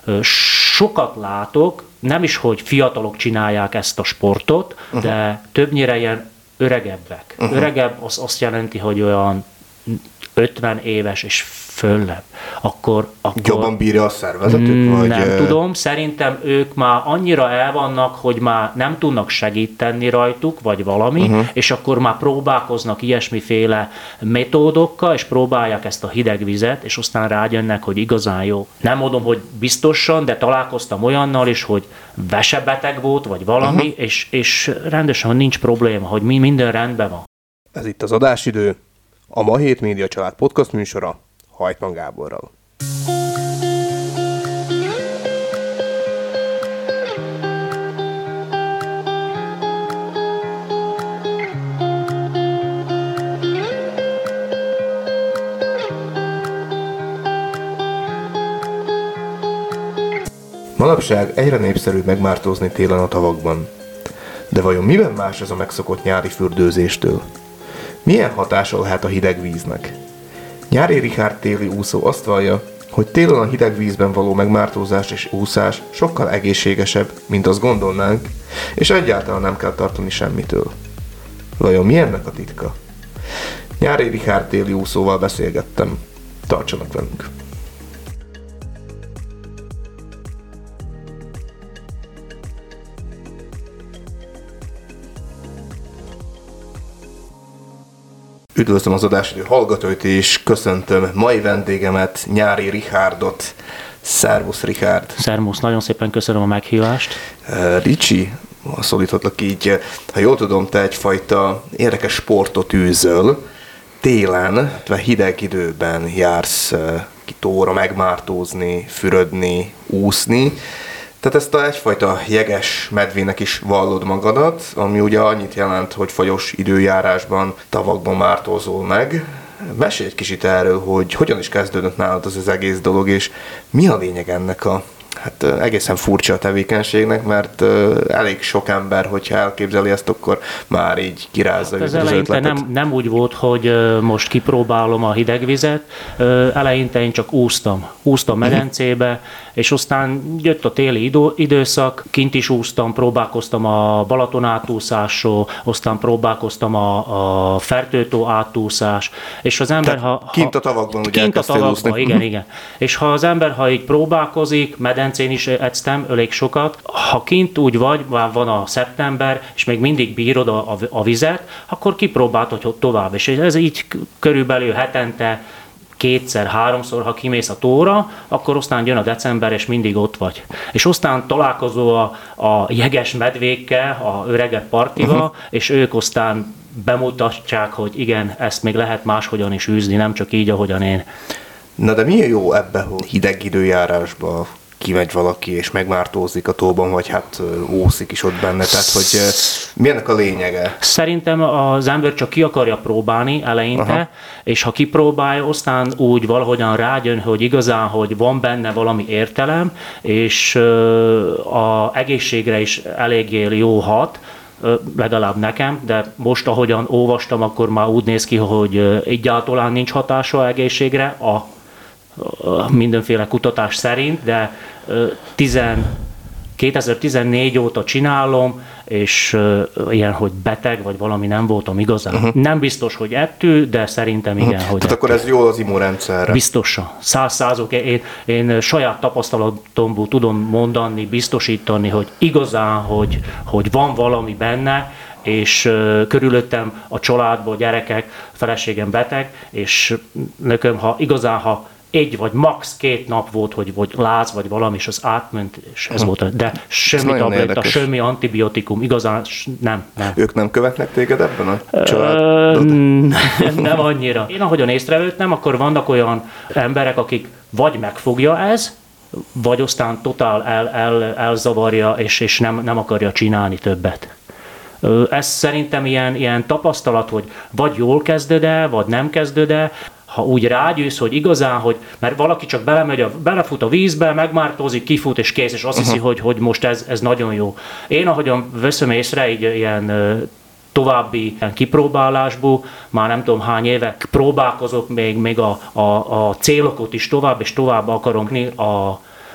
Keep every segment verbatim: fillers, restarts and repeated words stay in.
sokat látok, nem is, hogy fiatalok csinálják ezt a sportot, uh-huh. de többnyire ilyen öregebbek. Uh-huh. Öregebb az azt jelenti, hogy olyan ötven éves és föllebb. Akkor, akkor jobban bírja a szervezetük? Vagy nem tudom, szerintem ők már annyira el vannak, hogy már nem tudnak segíteni rajtuk, vagy valami, uh-huh. és akkor már próbálkoznak ilyesmiféle metódokkal, és próbálják ezt a hideg vizet, és aztán rájönnek, hogy igazán jó. Nem mondom, hogy biztosan, de találkoztam olyannal is, hogy vesebeteg volt, vagy valami, uh-huh. és, és rendesen nincs probléma, hogy minden rendben van. Ez itt az adásidő, a Ma Hét Média Család podcast műsora Hajtman Gáborral. Manapság egyre népszerűbb megmártózni télen a tavakban. De vajon miben más ez a megszokott nyári fürdőzéstől? Milyen hatása lehet a hideg víznek? Nyári Richárd téli úszó azt vallja, hogy télen a hideg vízben való megmártózás és úszás sokkal egészségesebb, mint azt gondolnánk, és egyáltalán nem kell tartani semmitől. Vajon mi ennek a titka? Nyári Richárd téli úszóval beszélgettem. Tartsanak velünk! Üdvözlöm az adásidő hallgatóit, és köszöntöm mai vendégemet, Nyári Richárdot. Szervusz, Richárd! Szervusz, nagyon szépen köszönöm a meghívást. Uh, Ricsi, szólíthatlak így, ha jól tudom, te egyfajta érdekes sportot űzöl. Télen, hideg időben jársz uh, ki tóra megmártózni, fürödni, úszni. Tehát ezt a egyfajta jeges medvének is vallod magadat, ami ugye annyit jelent, hogy fagyos időjárásban, tavakban mártózol meg. Mesélj egy kicsit erről, hogy hogyan is kezdődött nálad az, az egész dolog, és mi a lényeg ennek a hát egészen furcsa a tevékenységnek, mert elég sok ember, hogyha elképzeli ezt, akkor már így kirázza hát az, az eleinte nem, nem úgy volt, hogy most kipróbálom a hidegvizet, eleinte én csak úsztam. Úsztam medencébe, és aztán jött a téli idő, időszak, kint is úsztam, próbálkoztam a Balaton átúszásról, aztán próbálkoztam a, a Fertőtó átúszás, és az ember, ha, ha... Kint a tavakban ugye Kint a tavakban, igen, igen. És ha az ember, ha így próbálkozik, medencén is edztem elég sokat, ha kint úgy vagy, van a szeptember, és még mindig bírod a, a, a vizet, akkor kipróbálod, hogy tovább. És ez így körülbelül hetente kétszer, háromszor, ha kimész a tóra, akkor aztán jön a december, és mindig ott vagy. És aztán találkozol a, a jeges medvékkel, a öregebb partival, uh-huh. és ők aztán bemutatják, hogy igen, ezt még lehet máshogyan is űzni, nem csak így, ahogyan én. Na de milyen jó ebben, hogy hideg időjárásban kimegy valaki és megmártózik a tóban, vagy hát úszik is ott benne, tehát hogy mi ennek a lényege? Szerintem az ember csak ki akarja próbálni eleinte, aha. és ha kipróbálja, aztán úgy valahogyan rájön, hogy igazán, hogy van benne valami értelem, és az egészségre is eléggé jó hat, legalább nekem, de most ahogyan olvastam, akkor már úgy néz ki, hogy egyáltalán nincs hatása egészségre, a mindenféle kutatás szerint, de kétezer-tizennégy óta csinálom, és ilyen, hogy beteg, vagy valami nem voltam igazán. Uh-huh. Nem biztos, hogy ettől, de szerintem igen, uh-huh. hogy Tehát ettől. Akkor ez jól az immunrendszerre? Biztosan. Száz százok. Én, én saját tapasztalatomból tudom mondani, biztosítani, hogy igazán, hogy, hogy van valami benne, és uh, körülöttem a családban, a gyerekek, a feleségem beteg, és nekem, ha igazán, ha egy vagy max. két nap volt, hogy vagy láz, vagy valami, és az átment, és ez uh-huh. volt. De semmi tabletta, semmi antibiotikum, igazán nem, nem. Ők nem követnek téged ebben a családban? Nem annyira. Én ahogyan észrevettem, akkor vannak olyan emberek, akik vagy megfogja ez, vagy aztán totál el, el, elzavarja, és, és nem, nem akarja csinálni többet. Ez szerintem ilyen, ilyen tapasztalat, hogy vagy jól kezded el, vagy nem kezded el. Ha úgy rágyűsz, hogy igazán, hogy, mert valaki csak belemegy a, belefut a vízbe, megmártózik, kifut és kész, és azt uh-huh. hiszi, hogy, hogy most ez, ez nagyon jó. Én ahogyan veszem észre, így ilyen további ilyen kipróbálásból, már nem tudom hány éve próbálkozok még, még a, a, a célokat is tovább és tovább akarom a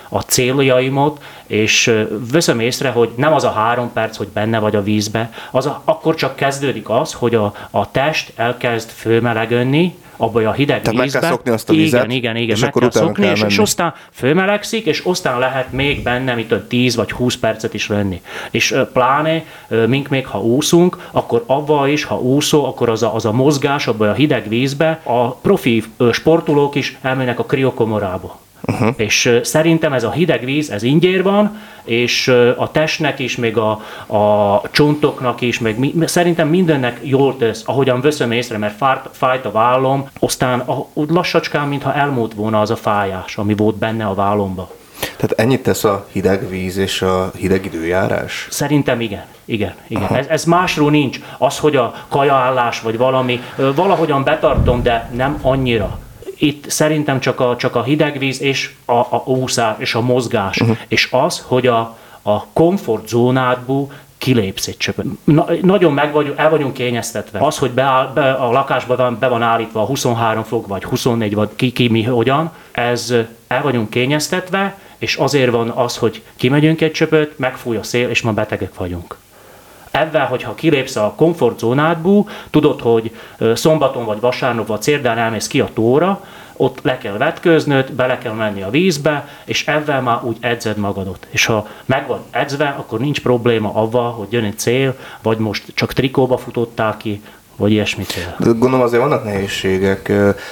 a céljaimat, és veszem észre, hogy nem az a három perc, hogy benne vagy a vízbe, az a, akkor csak kezdődik az, hogy a, a test elkezd fölmelegönni, abban a hideg Tehát vízbe. meg kell szokni azt a vizet, igen, igen, igen, és meg akkor kell utána szokni, kell és, menni. és aztán fölmelegszik, és aztán lehet még benne, mint a tíz vagy húsz percet is lenni. És pláne, mink még ha úszunk, akkor avval is, ha úszó, akkor az a, az a mozgás abban a hideg vízbe, a profi sportolók is elmennek a kriokomorába. Uh-huh. És szerintem ez a hideg víz, ez ingyér van, és a testnek is, még a, a csontoknak is, meg mi, szerintem mindennek jól tesz, ahogyan veszem észre, mert fájt, fájt a vállom, aztán úgy lassacskán, mintha elmúlt volna az a fájás, ami volt benne a vállomba. Tehát ennyit tesz a hideg víz és a hideg időjárás? Szerintem igen. Igen, igen. Ez, ez másról nincs. Az, hogy a kajaállás vagy valami, valahogyan betartom, de nem annyira. Itt szerintem csak a, csak a hideg víz és a, a úszás és a mozgás, uh-huh. és az, hogy a, a komfortzónádból kilépsz egy csöpöt. Na, nagyon meg vagyunk, el vagyunk kényeztetve. Az, hogy beáll, be, a lakásban van, be van állítva a huszonhárom fok, vagy huszonnégy, vagy ki, ki mi, hogyan, ez el vagyunk kényeztetve, és azért van az, hogy kimegyünk egy csöpöt, megfúj a szél, és ma betegek vagyunk. Ebben, hogyha kilépsz a komfortzónádból, tudod, hogy szombaton vagy vasárnap vagy szerdán elmész ki a tóra, ott le kell vetköznöd, bele kell menni a vízbe, és ebben már úgy edzed magadot. És ha meg vagy edzve, akkor nincs probléma avval, hogy jön egy cél, vagy most csak trikóba futottál ki, vagy ilyesmi cél. De gondolom azért vannak nehézségek,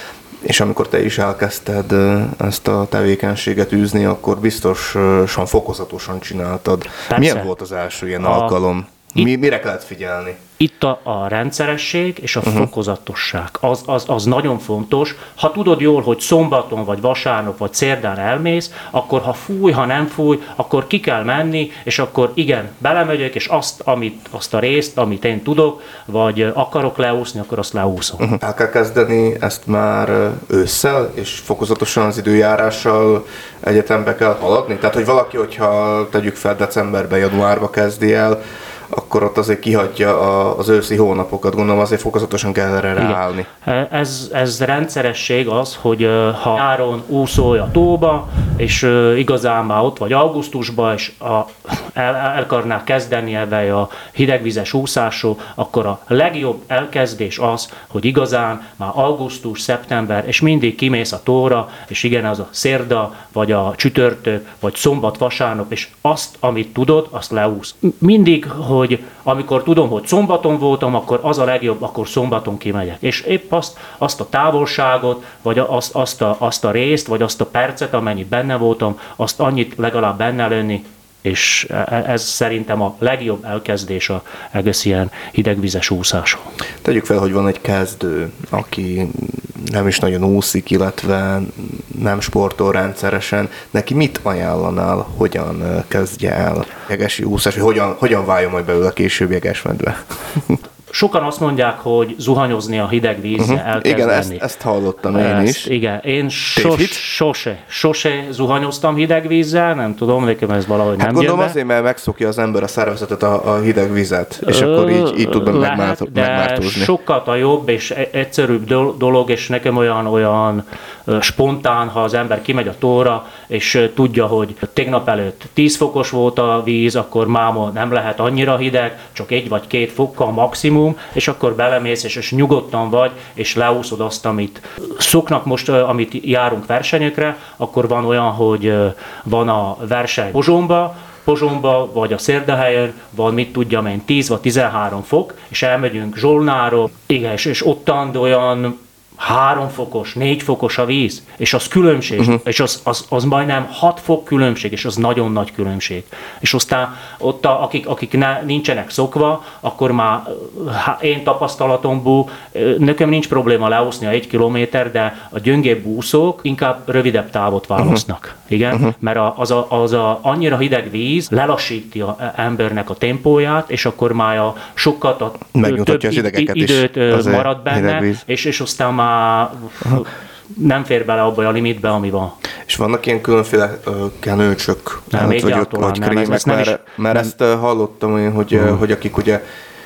és amikor te is elkezdted ezt a tevékenységet űzni, akkor biztosan fokozatosan csináltad. Persze. Milyen volt az első ilyen a... alkalom? Mi, mire kellett figyelni? Itt a, a rendszeresség és a uh-huh. fokozatosság. Az, az, az nagyon fontos. Ha tudod jól, hogy szombaton, vagy vasárnap, vagy szerdán elmész, akkor ha fúj, ha nem fúj, akkor ki kell menni, és akkor igen, belemegyek, és azt, amit, azt a részt, amit én tudok, vagy akarok leúszni, akkor azt leúszom. Uh-huh. El kell kezdeni ezt már ősszel, és fokozatosan az időjárással egyetembe kell haladni? Tehát, hogy valaki, hogyha tegyük fel decemberben, januárba kezdi el, akkor ott azért kihagyja az őszi hónapokat, gondolom azért fokozatosan kell erre ráállni. Ez, ez rendszeresség az, hogy ha nyáron úszolj a tóba, és igazán már ott vagy augusztusban, és a, el, el akarnál kezdeni ebben a hidegvizes úszásról, akkor a legjobb elkezdés az, hogy igazán már augusztus, szeptember, és mindig kimész a tóra, és igen, az a szerda, vagy a csütörtök, vagy szombat, vasárnap, és azt, amit tudod, azt leúsz. Mindig, hogy amikor tudom, hogy szombaton voltam, akkor az a legjobb, akkor szombaton kimegyek. És épp azt, azt a távolságot, vagy azt, azt, a, azt a részt, vagy azt a percet, amennyit benne voltam, azt annyit legalább benne lenni, és ez szerintem a legjobb elkezdés a egész ilyen hidegvizes úszáson. Tegyük fel, hogy van egy kezdő, aki nem is nagyon úszik, illetve nem sportol rendszeresen. Neki mit ajánlanál, hogyan kezdje el jegesi úszás, vagy hogyan, hogyan váljon majd belőle később jegesmedve? Sokan azt mondják, hogy zuhanyozni a hideg vízre uh-huh. elkezdeni. Igen, ezt, ezt hallottam én ezt, is. Igen, én sos, sose, sose zuhanyoztam hideg vízzel, nem tudom, nekem ez valahogy hát nem gondolom jön be. Azért, mert megszokja az ember a szervezetet a, a hideg vizet, és Ö, akkor így, így tud benne megmárt, megmártózni. Sokkal a jobb és egyszerűbb dolog, és nekem olyan, olyan spontán, ha az ember kimegy a tóra, és tudja, hogy tegnap előtt tíz fokos volt a víz, akkor máma nem lehet annyira hideg, csak egy vagy két fokkal maximum, és akkor belemész, és, és nyugodtan vagy, és leúszod azt, amit szoknak most, amit járunk versenyekre, akkor van olyan, hogy van a verseny Pozsonyba, Pozsonyba, vagy a Szerdahelyen van, mit tudjam én, tíz vagy tizenhárom fok, és elmegyünk Zsolnáról, igen, és, és ottan olyan három fokos, négy fokos a víz, és az különbség, uh-huh. és az, az, az majdnem hat fok különbség, és az nagyon nagy különbség. És aztán ott, a, akik, akik ne, nincsenek szokva, akkor már há, én tapasztalatomból, nekem nincs probléma leúszni a egy kilométer, de a gyöngébb úszók inkább rövidebb távot választnak. Uh-huh. Igen? Uh-huh. Mert az, a, az a annyira hideg víz lelassíti az embernek a tempóját, és akkor már a sokkal a több időt marad benne, és, és aztán már nem fér bele abba a limitbe, ami van. És vannak ilyen különféle uh, kenőcsök, nem, hát, vagy, vagy krémek, mert, mert ezt uh, hallottam én, hogy, uh, hogy akik ugye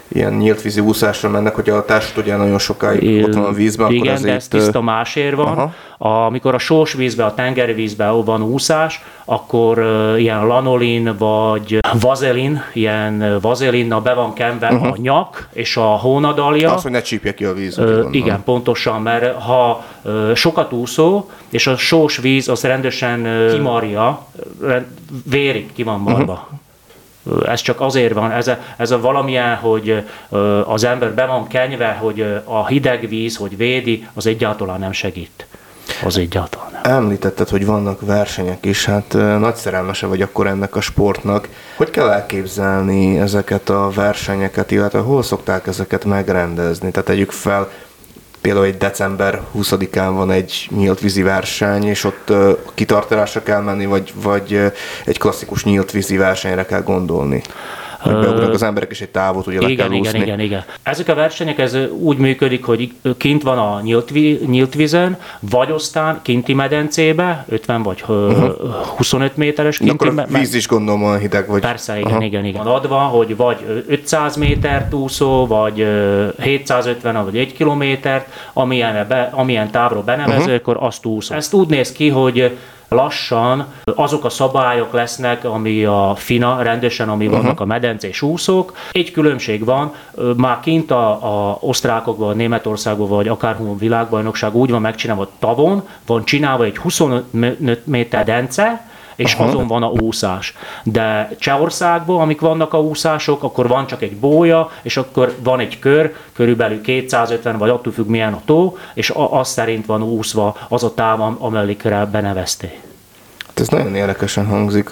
ilyen nyílt vízi úszásra mennek, hogy a test ugye nagyon sokáig ott van a vízben, igen, akkor azért... de ez tiszta másér van. Aha. A, amikor a sós vízben, a tengeri vízben van úszás, akkor uh, ilyen lanolin vagy vazelin, ilyen vazelinnal be van kenve uh-huh. a nyak és a hónadalja. Az, hogy ne csípje ki a víz. Uh, igen, pontosan, mert ha uh, sokat úszó, és a sós víz az rendesen uh, kimarja, vérig ki van marva. Uh-huh. Ez csak azért van, ez a, ez a valamilyen, hogy az ember be van kenyve, hogy a hideg víz, hogy védi, az egyáltalán nem segít. Az egyáltalán nem. Említetted, hogy vannak versenyek is, hát nagy szerelmese vagy akkor ennek a sportnak. Hogy kell elképzelni ezeket a versenyeket, illetve hol szokták ezeket megrendezni? Tehát tegyük fel, például egy december huszadikán van egy nyílt vízi verseny, és ott uh, kitartásra kell menni, vagy, vagy uh, egy klasszikus nyílt vízi versenyre kell gondolni. Hogy beugranak az emberek, és egy távot ugye le igen, kell úszni. Igen, igen, igen. Ezek a versenyek ez úgy működik, hogy kint van a nyílt, ví, nyílt vízen, vagy aztán kinti medencébe, ötven vagy uh-huh. huszonöt méteres kinti. De akkor a víz is gondolom olyan hideg, vagy... Persze, igen, igen, igen. Van adva, hogy vagy ötszáz métert úszó, vagy hétszázötven, vagy egy kilométert, amilyen, be, amilyen távról benevező, uh-huh. akkor azt úszó. Ezt úgy néz ki, hogy lassan azok a szabályok lesznek, ami a FINA rendesen, ami uh-huh. vannak a medencés úszók. Egy különbség van, már kint a, a osztrákokban, Németországban, vagy akárhol világbajnokság úgy van megcsinálva, tavon van csinálva egy huszonöt méter dence, és aha. azon van a úszás. De Csehországban, amik vannak a úszások, akkor van csak egy bója, és akkor van egy kör, körülbelül kétszázötven, vagy attól függ milyen a tó, és az szerint van úszva az a táv, amellikre benevezték. Ez nagyon érdekesen hangzik.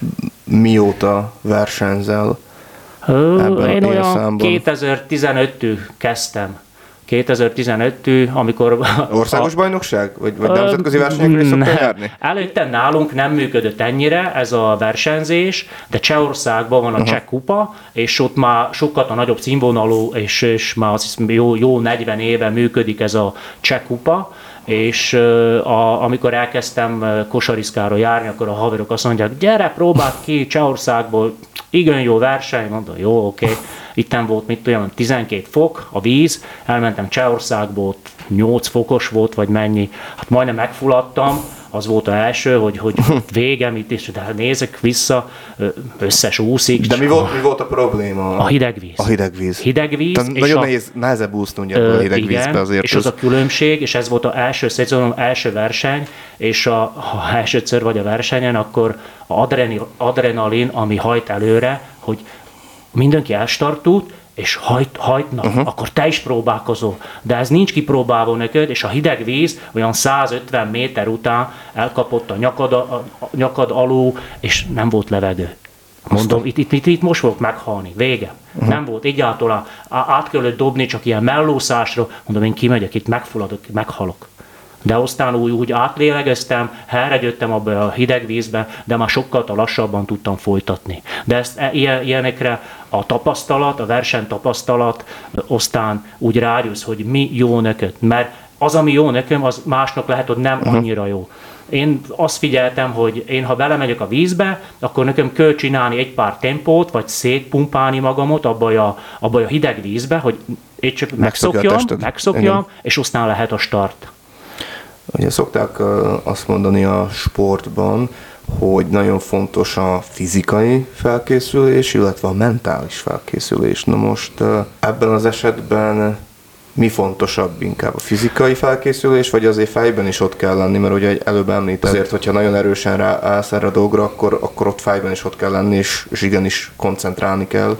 Mióta versenyzel ebben Én a olyan kétezer-tizenöttől kezdtem. kétezer-tizenöttől, amikor... Országos a, bajnokság? Vagy, vagy nemzetközi versenyekre is szoktál járni? Előtte nálunk nem működött ennyire ez a versenyzés, de Csehországban van a uh-huh. Cseh kupa, és ott már sokkal a nagyobb színvonalú, és, és már azt hiszem, jó, jó negyven éve működik ez a Cseh kupa, és a, amikor elkezdtem kosariszkára járni, akkor a haverok azt mondják, gyere, próbáld ki Csehországból, igen jó verseny, mondom, jó, oké. Okay. Itten volt, mit tudom, tizenkét fok a víz, elmentem Csehországból, nyolc fokos volt, vagy mennyi, hát majdnem megfulladtam, az volt az első, hogy, hogy végem itt is, de nézek vissza, összes úszik. De mi volt, mi volt a probléma? A hideg víz. A hideg víz. Hideg víz. Tehát nagyon a, nehéz, nehezebb úszni ugye a hideg igen, vízbe azért. És az a különbség, és ez volt az első szezonom, első verseny, és a, ha elsőször vagy a versenyen, akkor a adrenalin, ami hajt előre, hogy mindenki elstartult, és hajt, hajtnak, uh-huh. akkor te is próbálkozol. De ez nincs kipróbálva neked, és a hideg víz olyan százötven méter után elkapott a nyakad, a, a nyakad alul, és nem volt levegő. Mondom, itt, itt, itt, itt most fogok meghalni, vége. Uh-huh. Nem volt egyáltalán, át kellett dobni csak ilyen mellószásra, mondom, én kimegyek, itt megfulladok, meghalok. De aztán úgy, úgy átlélegeztem, helyrejöttem abba a hideg vízbe, de már sokkal lassabban tudtam folytatni. De ezt ilyen, ilyenekre a tapasztalat, a versenytapasztalat, aztán úgy rájössz, hogy mi jó neked. Mert az, ami jó nekem, az másnak lehet, hogy nem annyira jó. Én azt figyeltem, hogy én ha belemegyek a vízbe, akkor nekem kell csinálni egy pár tempót, vagy szétpumpálni magamot abba a, abba a hideg vízbe, hogy én csak megszokjam, megszokjam és aztán lehet a start. Ugye szokták azt mondani a sportban, hogy nagyon fontos a fizikai felkészülés, illetve a mentális felkészülés. Na most ebben az esetben mi fontosabb inkább? A fizikai felkészülés, vagy azért fejben is ott kell lenni, mert ugye előbb említettem, azért, hogyha nagyon erősen ráállsz erre a dolgra, akkor, akkor ott fejben is ott kell lenni, és, és igenis koncentrálni kell.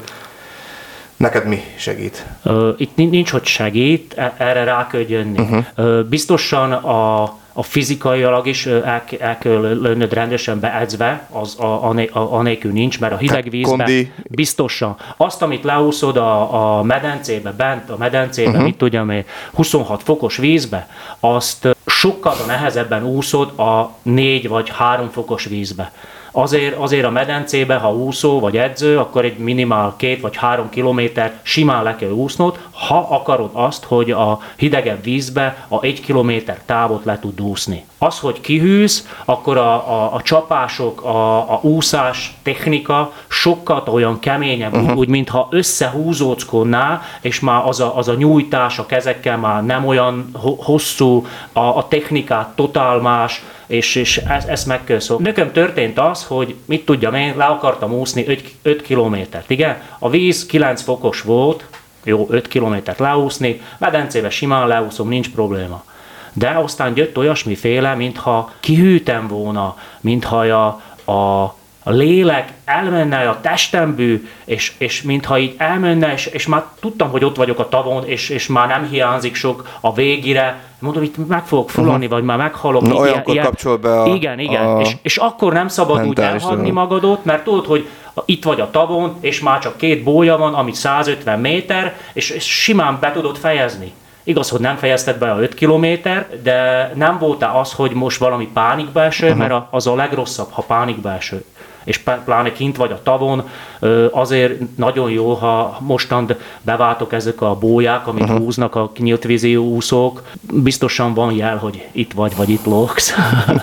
Neked mi segít? Itt nincs, hogy segít, erre rá kell jönni. Uh-huh. Biztosan a, a fizikailag is el, el kell lenned rendesen beedzve, az a, a, a, anélkül nincs, mert a hideg vízben kondi... biztosan. Azt, amit leúszod a, a medencébe, bent a medencébe, uh-huh. mit tudjam én, huszonhat fokos vízbe, azt sokkal nehezebben úszod a négy vagy három fokos vízbe. Azért, azért a medencébe, ha úszó vagy edző, akkor egy minimál két vagy három kilométer simán le kell úsznod, ha akarod azt, hogy a hidegebb vízbe a egy kilométer távot le tud úszni. Az, hogy kihűlsz, akkor a, a, a csapások, a, a úszás technika sokkal olyan keményebb, uh-huh. úgy, úgy, mintha összehúzóckodnál, és már az a, az a nyújtás a kezekkel már nem olyan hosszú, a, a technikát totál más, és, és ezt, ezt meg kell szokni. Nekem történt az, hogy mit tudjam én, le akartam úszni öt kilométert, igen? A víz kilenc fokos volt, jó, öt kilométert leúszni, medencébe simán leúszom, nincs probléma. De aztán jött olyasmiféle, mintha kihűtem volna, mintha a, a, a lélek elmenne a testemből, és, és mintha így elmenne, és, és már tudtam, hogy ott vagyok a tavon, és, és már nem hiányzik sok a végére. Mondom, itt meg fogok fulladni, uh-huh. vagy már meghalok. Na, olyankor ilyen, kapcsol be a... Igen, igen. A és, és akkor nem szabad úgy elhagyni magadot, mert tudod, hogy itt vagy a tavon, és már csak két bója van, ami százötven méter, és, és simán be tudod fejezni. Igaz, hogy nem fejezted be a öt kilométer, de nem volt-e az, hogy most valami pánikbeeső, uh-huh. mert az a legrosszabb, ha pánikbeeső. És pláne kint vagy a tavon, azért nagyon jó, ha mostan beváltok ezek a bóják, amit uh-huh. húznak a nyíltvízi úszók. Biztosan van jel, hogy itt vagy, vagy itt lógsz,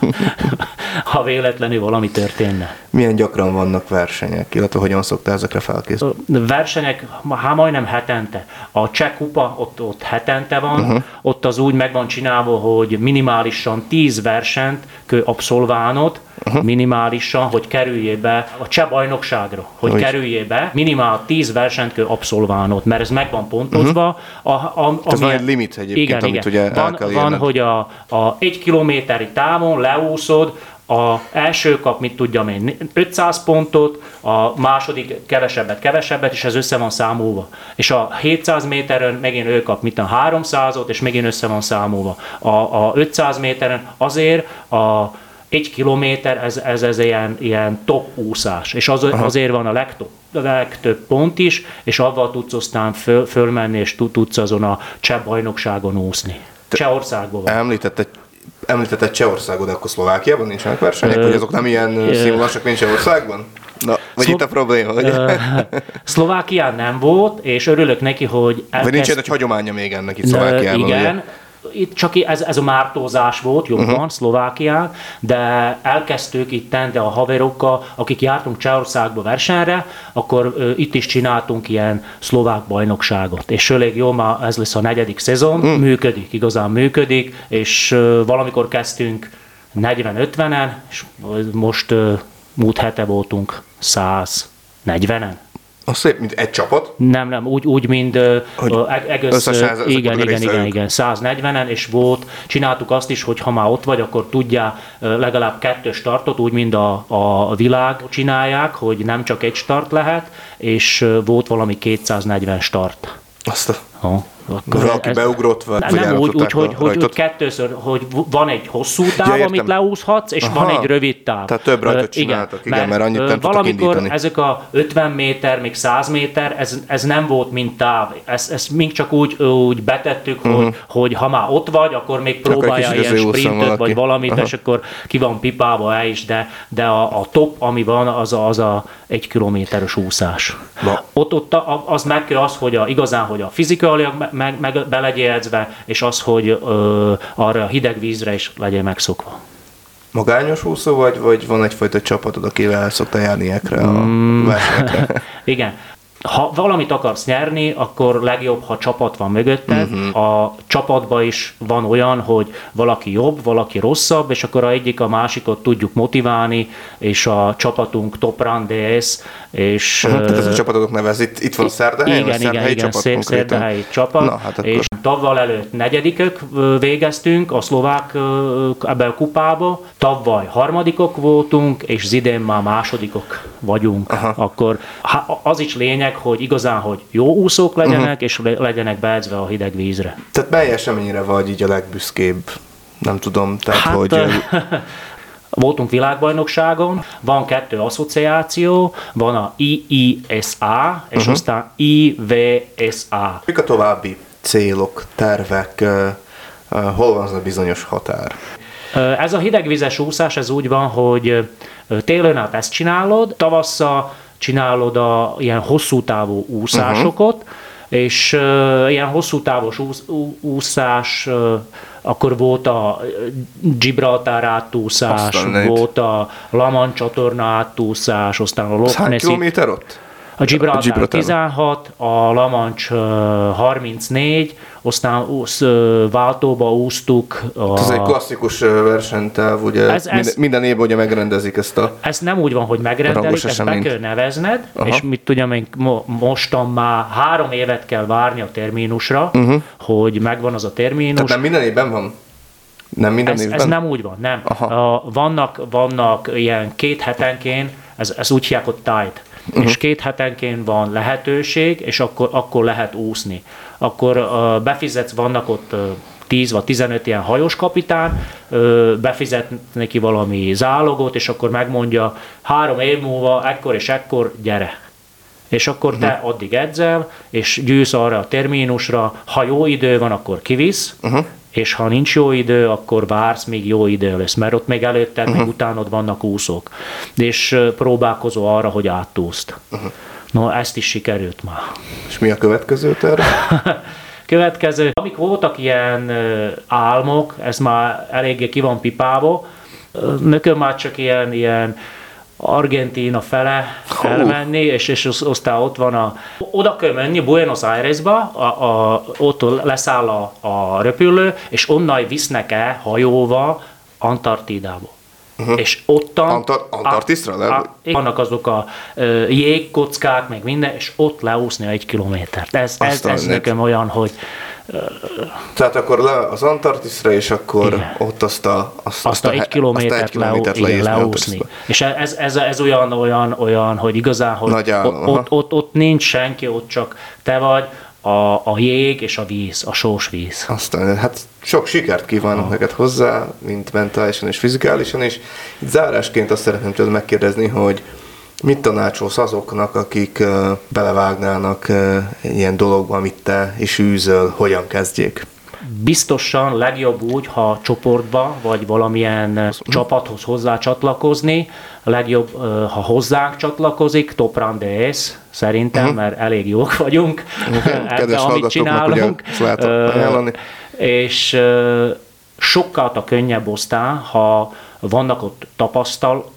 ha véletlenül valami történne. Milyen gyakran vannak versenyek, illetve hogyan szoktál ezekre felkészülni? Versenyek, hát majdnem hetente. A Cseh kupa ott, ott hetente van, uh-huh. ott az úgy meg van csinálva, hogy minimálisan tíz versenyt kell abszolválnod, uh-huh. minimálisan, hogy kerüljél be a Cseh bajnokságra, hogy Úgy. kerüljél be, minimál tíz versenyt kell abszolválnod, mert ez meg van pontozva. Uh-huh. A, a, ez van egy limit egyébként, igen, amit igen. ugye van, el kell van, érned. hogy a, a egy kilométeri távon leúszod, a első kap, mit tudjam én, ötszáz pontot, a második kevesebbet, kevesebbet, és ez össze van számolva. És a hétszáz méteren megint ő kap, mit a háromszázat, és megint össze van számolva. A, a ötszáz méteren azért a egy kilométer, ez, ez, ez ilyen, ilyen top úszás, és az, azért van a legtöbb, a legtöbb pont is, és avval tudsz aztán föl, fölmenni, és tudsz azon a Cseh bajnokságon úszni. Csehországban van. Említette Említette Csehországot, de akkor Szlovákiában nincsenek versenyek, hogy azok nem ilyen színvonalasak, mint Csehországban? Na, vagy Szlo- itt a probléma, hogy... Szlovákián nem volt, és örülök neki, hogy elkezd... Vagy nincs egy hagyománya még ennek itt Szlovákiában. Igen, ugye? Itt csak ez, ez a mártózás volt jobban uh-huh. Szlovákián, de elkezdtük itt de a haverokkal, akik jártunk Csehországba versenyre, akkor uh, itt is csináltunk ilyen szlovák bajnokságot. És elég jó, már ez lesz a negyedik szezon, uh-huh. működik, igazán működik, és uh, valamikor kezdtünk negyven-ötvenen, és most uh, múlt hete voltunk száznegyvenen. Az szép, mint egy csapat? Nem, nem, úgy, úgy mint uh, egész, igen, igen, igen, igen, száznegyvenen, és volt, csináltuk azt is, hogy ha már ott vagy, akkor tudjál uh, legalább kettő startot, úgy, mint a, a világ csinálják, hogy nem csak egy start lehet, és uh, volt valami kétszáznegyven start. Azt a... Ha. Akkor valaki ez, beugrott, vagy nem, nem úgy, úgy hogy, hogy, hogy kettőször, hogy van egy hosszú táv, ja, amit leúszhatsz, és Aha. van egy rövid táv. Tehát több rajtot csináltak, igen, igen, mert, mert annyit nem tudtak indítani. Valamikor ezek a ötven méter, még száz méter, ez, ez nem volt mint táv. Ezt, ezt még csak úgy, úgy betettük, uh-huh. hogy, hogy ha már ott vagy, akkor még próbálja ilyen sprintet, valaki. vagy valamit, uh-huh. és akkor ki van pipálva el is, de, de a, a top, ami van, az a, az a egy kilométeres úszás. Na. Ott, ott az meg kell az, hogy a, igazán, hogy a fizikailag meg, meg be legyél edzve, és az, hogy ö, arra a hideg vízre is legyél megszokva. Magányos úszó vagy, vagy van egyfajta csapatod, akivel el szoktál járni ilyenekre a mm. versenyekre? Igen. Ha valamit akarsz nyerni, akkor legjobb, ha csapat van mögötted. Uh-huh. A csapatban is van olyan, hogy valaki jobb, valaki rosszabb, és akkor a egyik a másikot tudjuk motiválni, és a csapatunk Top Run dé es, és... Uh-huh. Tehát ez a csapatodok nevez, itt, itt van Szerdahelyen, igen, igen, igen, csapat szép szerdahelyi csapat, Na, hát és tavaly előtt negyedikök végeztünk a szlovák ebben a kupába, tavaly harmadikok voltunk, és az idén már másodikok vagyunk. Aha. Akkor az is lényeg, hogy igazán, hogy jó úszók legyenek, uh-huh. és legyenek beedzve a hideg vízre. Tehát mely eseményre vagy így a legbüszkébb? Nem tudom, tehát hát, hogy... Voltunk világbajnokságon, van kettő asszociáció, van a i i es á, és uh-huh. aztán i vé es á. Mik a további célok, tervek, hol van az a bizonyos határ? Ez a hidegvizes úszás, ez úgy van, hogy Télen át ezt csinálod, tavasszal csinálod a ilyen hosszú távú úszásokat, uh-huh. és uh, ilyen hosszú távos úsz, úszás, uh, akkor volt a Gibraltár átúszás, aztán volt a La Manche csatorna átúszás, aztán a Loch Nessi. Hány kilométer ott? A Gibraltár, a Gibraltár tizenhat, a La Manche harmincnégy, aztán úsz, váltóba úsztuk. A... Ez egy klasszikus versenytáv, ugye ez, ez, minden évben ugye megrendezik ezt a Ez nem úgy van, hogy megrendelik, ezt be kell nevezned, aha. és mit tudjam én, mostan már három évet kell várni a terminusra, uh-huh. hogy megvan az a terminus. Tehát nem minden évben van? Nem minden ez, évben? Ez nem úgy van, nem. A, vannak, vannak ilyen két hetenként, ez, ez úgy hívják, hogy tide. Uh-huh. És két hetenként van lehetőség, és akkor, akkor lehet úszni. Akkor uh, befizetsz, vannak ott uh, tíz vagy tizenöt ilyen hajós kapitán, uh, befizet neki valami zálogot, és akkor megmondja, három év múlva, ekkor és ekkor, gyere. És akkor uh-huh. te addig edzel, és gyűjsz arra a terminusra, ha jó idő van, akkor kivisz, uh-huh. és ha nincs jó idő, akkor vársz, még jó idő lesz, mert ott még előtted, uh-huh. még utánod vannak úszók. És próbálkozol arra, hogy átúszt. Uh-huh. No, ezt is sikerült már. És mi a következő terv? Következő, amik voltak ilyen álmok, ez már eléggé ki van pipálva, nekem már csak ilyen, ilyen Argentína fele uh. elmenni, és, és aztán ott van a... Oda kell menni Buenos Airesba, a, a, ott leszáll a, a repülő, és onnan visznek el hajóval Antarktidába. Uh-huh. És ottan... Antar- Antarktiszra le? Vannak azok a uh, jégkockák, meg minden, és ott leúszni egy kilométert. Ez, ez, ez nekem olyan, hogy... Uh, Tehát akkor le az Antarktiszra, és akkor igen. ott azt a... Azt, azt a, a egy kilométert, egy kilométert le, leúszni. És ez, ez, ez olyan, olyan, olyan, hogy igazán, hogy állam, ott, ott, ott nincs senki, ott csak te vagy, a, a jég és a víz, a sós víz. Aztán, hát sok sikert kívánok ah. neked hozzá, mint mentálisan és fizikálisan, és itt zárásként azt szeretném tőled megkérdezni, hogy mit tanácsolsz azoknak, akik uh, belevágnának uh, ilyen dologba, amit te is űzöl, hogyan kezdjék? Biztosan legjobb úgy, ha csoportba, vagy valamilyen uh-huh. csapathoz hozzá csatlakozni. Legjobb, uh, ha hozzánk csatlakozik, Top Run dé es szerintem, uh-huh. mert elég jók vagyunk okay. ebben, amit csinálunk. Uh, és uh, sokkal a könnyebb aztán, ha vannak ott tapasztalt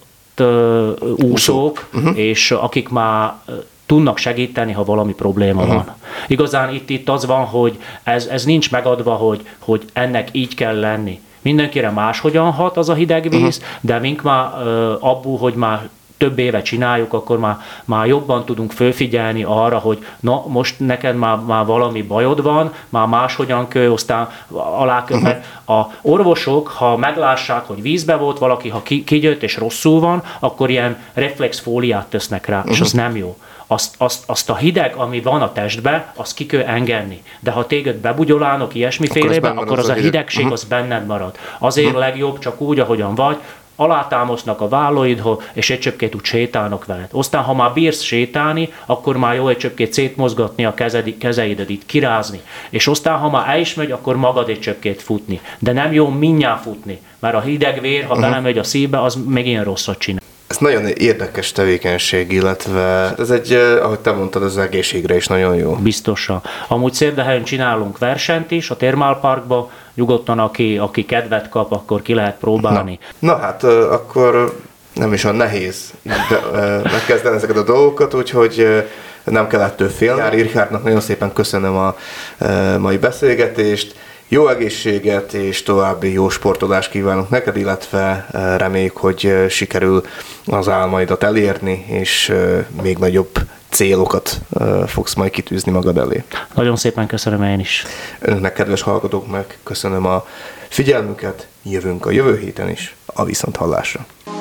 úszók, uh-huh. és akik már tudnak segíteni, ha valami probléma uh-huh. van. Igazán itt, itt az van, hogy ez, ez nincs megadva, hogy, hogy ennek így kell lenni. Mindenkire máshogyan hat az a hideg víz, uh-huh. de mink már uh, abból, hogy már több éve csináljuk, akkor már, már jobban tudunk fölfigyelni arra, hogy na, most neked már, már valami bajod van, már máshogyan kell, aztán alá kell, mert a orvosok, ha meglássák, hogy vízbe volt valaki, ha ki, kigyött és rosszul van, akkor ilyen reflexfóliát tesznek rá, és az nem jó. Azt, azt, azt a hideg, ami van a testbe, azt ki kell engedni. De ha téged bebugyolálnak ilyesmifélében, akkor, akkor az, az a hidegség uh-huh. az benned marad. Azért uh-huh. legjobb csak úgy, ahogyan vagy, alátámasznak a vállaidhoz, és egy csöpkét úgy sétálnak veled. Aztán, ha már bírsz sétálni, akkor már jó egy csöpkét szétmozgatni a kezed, kezeidet, itt kirázni. És aztán, ha már el is megy, akkor magad egy csöpkét futni. De nem jó mindjárt futni, mert a hideg vér, ha uh-huh. belemegy a szívbe, az megint rosszat csinál. Ez nagyon érdekes tevékenység, illetve ez egy, ahogy te mondtad, az egészségre is nagyon jó. Biztosan. Amúgy Szérdehelyen csinálunk versenyt is, a Thermalparkban, nyugodtan, aki, aki kedvet kap, akkor ki lehet próbálni. Na, na hát akkor nem is olyan nehéz megkezdeni ezeket a dolgokat, úgyhogy nem kell ettől félni. Jári Richárdnak nagyon szépen köszönöm a mai beszélgetést. Jó egészséget és további jó sportolást kívánok neked, illetve reméljük, hogy sikerül az álmaidat elérni, és még nagyobb célokat fogsz majd kitűzni magad elé. Nagyon szépen köszönöm én is. Önöknek, kedves hallgatók, meg köszönöm a figyelmüket, jövünk a jövő héten is a viszonthallásra.